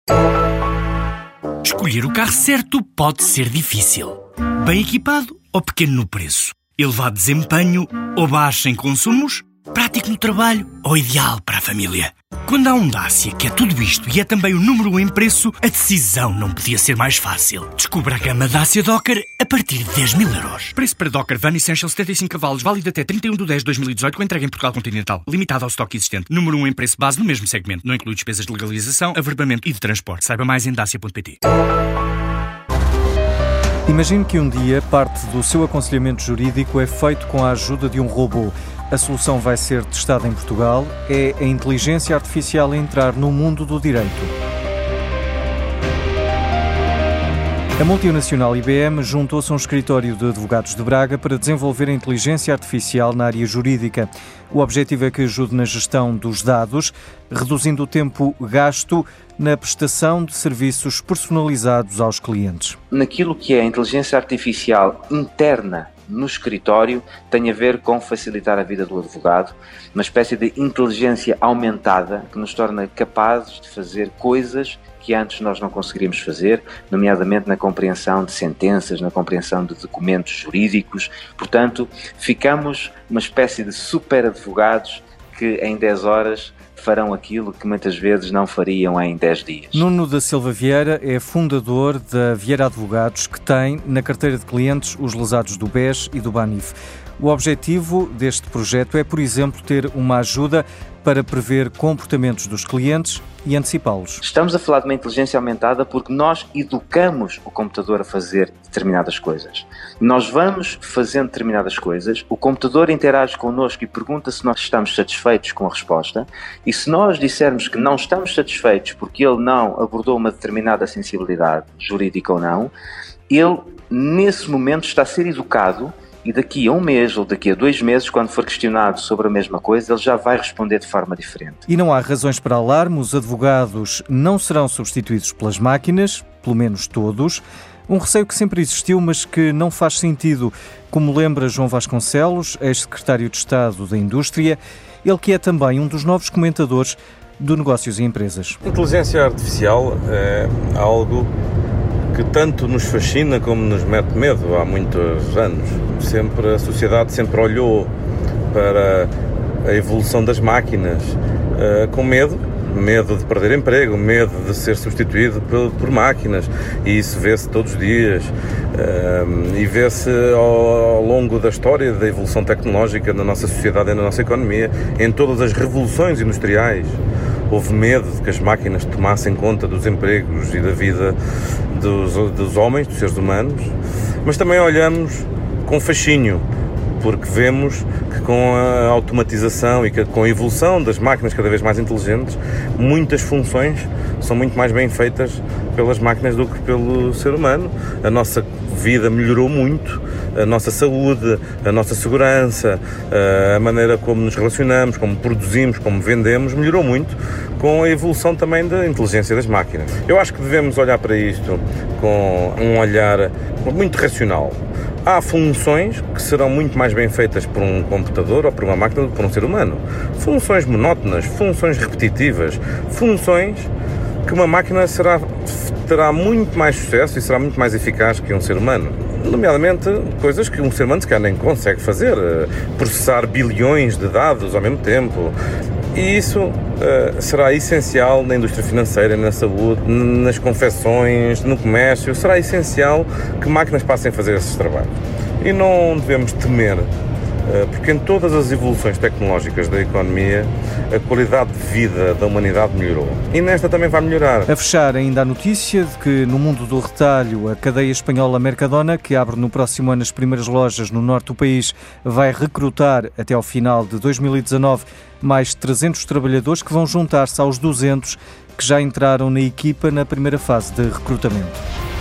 Escolher o carro certo pode ser difícil. Bem equipado ou pequeno no preço? Elevado desempenho ou baixo em consumos? Prático no trabalho ou ideal para a família? Quando há um Dacia que é tudo isto e é também o número 1 em preço, a decisão não podia ser mais fácil. Descubra a gama Dacia Docker a partir de 10.000 euros. Preço para Docker Van Essential 75 cavalos, válido até 31/10/2018, com entrega em Portugal continental. Limitado ao estoque existente. Número 1 em preço base no mesmo segmento. Não inclui despesas de legalização, averbamento e de transporte. Saiba mais em dacia.pt. Imagine que um dia parte do seu aconselhamento jurídico é feito com a ajuda de um robô. A solução vai ser testada em Portugal. É a inteligência artificial a entrar no mundo do direito. A multinacional IBM juntou-se a um escritório de advogados de Braga para desenvolver a inteligência artificial na área jurídica. O objetivo é que ajude na gestão dos dados, reduzindo o tempo gasto na prestação de serviços personalizados aos clientes. Naquilo que é a inteligência artificial interna no escritório, tem a ver com facilitar a vida do advogado, uma espécie de inteligência aumentada que nos torna capazes de fazer coisas que antes nós não conseguiríamos fazer, nomeadamente na compreensão de sentenças, na compreensão de documentos jurídicos. Portanto, ficamos uma espécie de super advogados que em 10 horas farão aquilo que muitas vezes não fariam em 10 dias. Nuno da Silva Vieira é fundador da Vieira Advogados, que tem na carteira de clientes os lesados do BES e do BANIF. O objetivo deste projeto é, por exemplo, ter uma ajuda para prever comportamentos dos clientes e antecipá-los. Estamos a falar de uma inteligência aumentada porque nós educamos o computador a fazer determinadas coisas. Nós vamos fazendo determinadas coisas, o computador interage connosco e pergunta se nós estamos satisfeitos com a resposta, e se nós dissermos que não estamos satisfeitos porque ele não abordou uma determinada sensibilidade, jurídica ou não, ele, nesse momento, está a ser educado. E daqui a 1 mês ou daqui a 2 meses, quando for questionado sobre a mesma coisa, ele já vai responder de forma diferente. E não há razões para alarme, os advogados não serão substituídos pelas máquinas, pelo menos todos. Um receio que sempre existiu, mas que não faz sentido, como lembra João Vasconcelos, ex-secretário de Estado da Indústria, ele que é também um dos novos comentadores do Negócios e Empresas. A inteligência artificial é algo que tanto nos fascina como nos mete medo há muitos anos. A sociedade sempre olhou para a evolução das máquinas com medo de perder emprego, medo de ser substituído por máquinas, e isso vê-se todos os dias e vê-se ao longo da história da evolução tecnológica na nossa sociedade e na nossa economia. Em todas as revoluções industriais houve medo de que as máquinas tomassem conta dos empregos e da vida dos homens, dos seres humanos, mas também olhamos com fascínio, porque vemos que com a automatização e com a evolução das máquinas cada vez mais inteligentes, muitas funções são muito mais bem feitas pelas máquinas do que pelo ser humano. A nossa vida melhorou muito, a nossa saúde, a nossa segurança, a maneira como nos relacionamos, como produzimos, como vendemos, melhorou muito com a evolução também da inteligência das máquinas. Eu acho que devemos olhar para isto com um olhar muito racional. Há funções que serão muito mais bem feitas por um computador ou por uma máquina do que por um ser humano. Funções monótonas, funções repetitivas, funções que uma máquina terá muito mais sucesso e será muito mais eficaz que um ser humano. Nomeadamente, coisas que um ser humano sequer nem consegue fazer. Processar bilhões de dados ao mesmo tempo. E isso será essencial na indústria financeira, na saúde, nas confecções, no comércio. Será essencial que máquinas passem a fazer esses trabalhos. E não devemos temer, porque em todas as evoluções tecnológicas da economia, a qualidade de vida da humanidade melhorou. E nesta também vai melhorar. A fechar ainda a notícia de que no mundo do retalho, a cadeia espanhola Mercadona, que abre no próximo ano as primeiras lojas no norte do país, vai recrutar até ao final de 2019 mais 300 trabalhadores que vão juntar-se aos 200 que já entraram na equipa na primeira fase de recrutamento.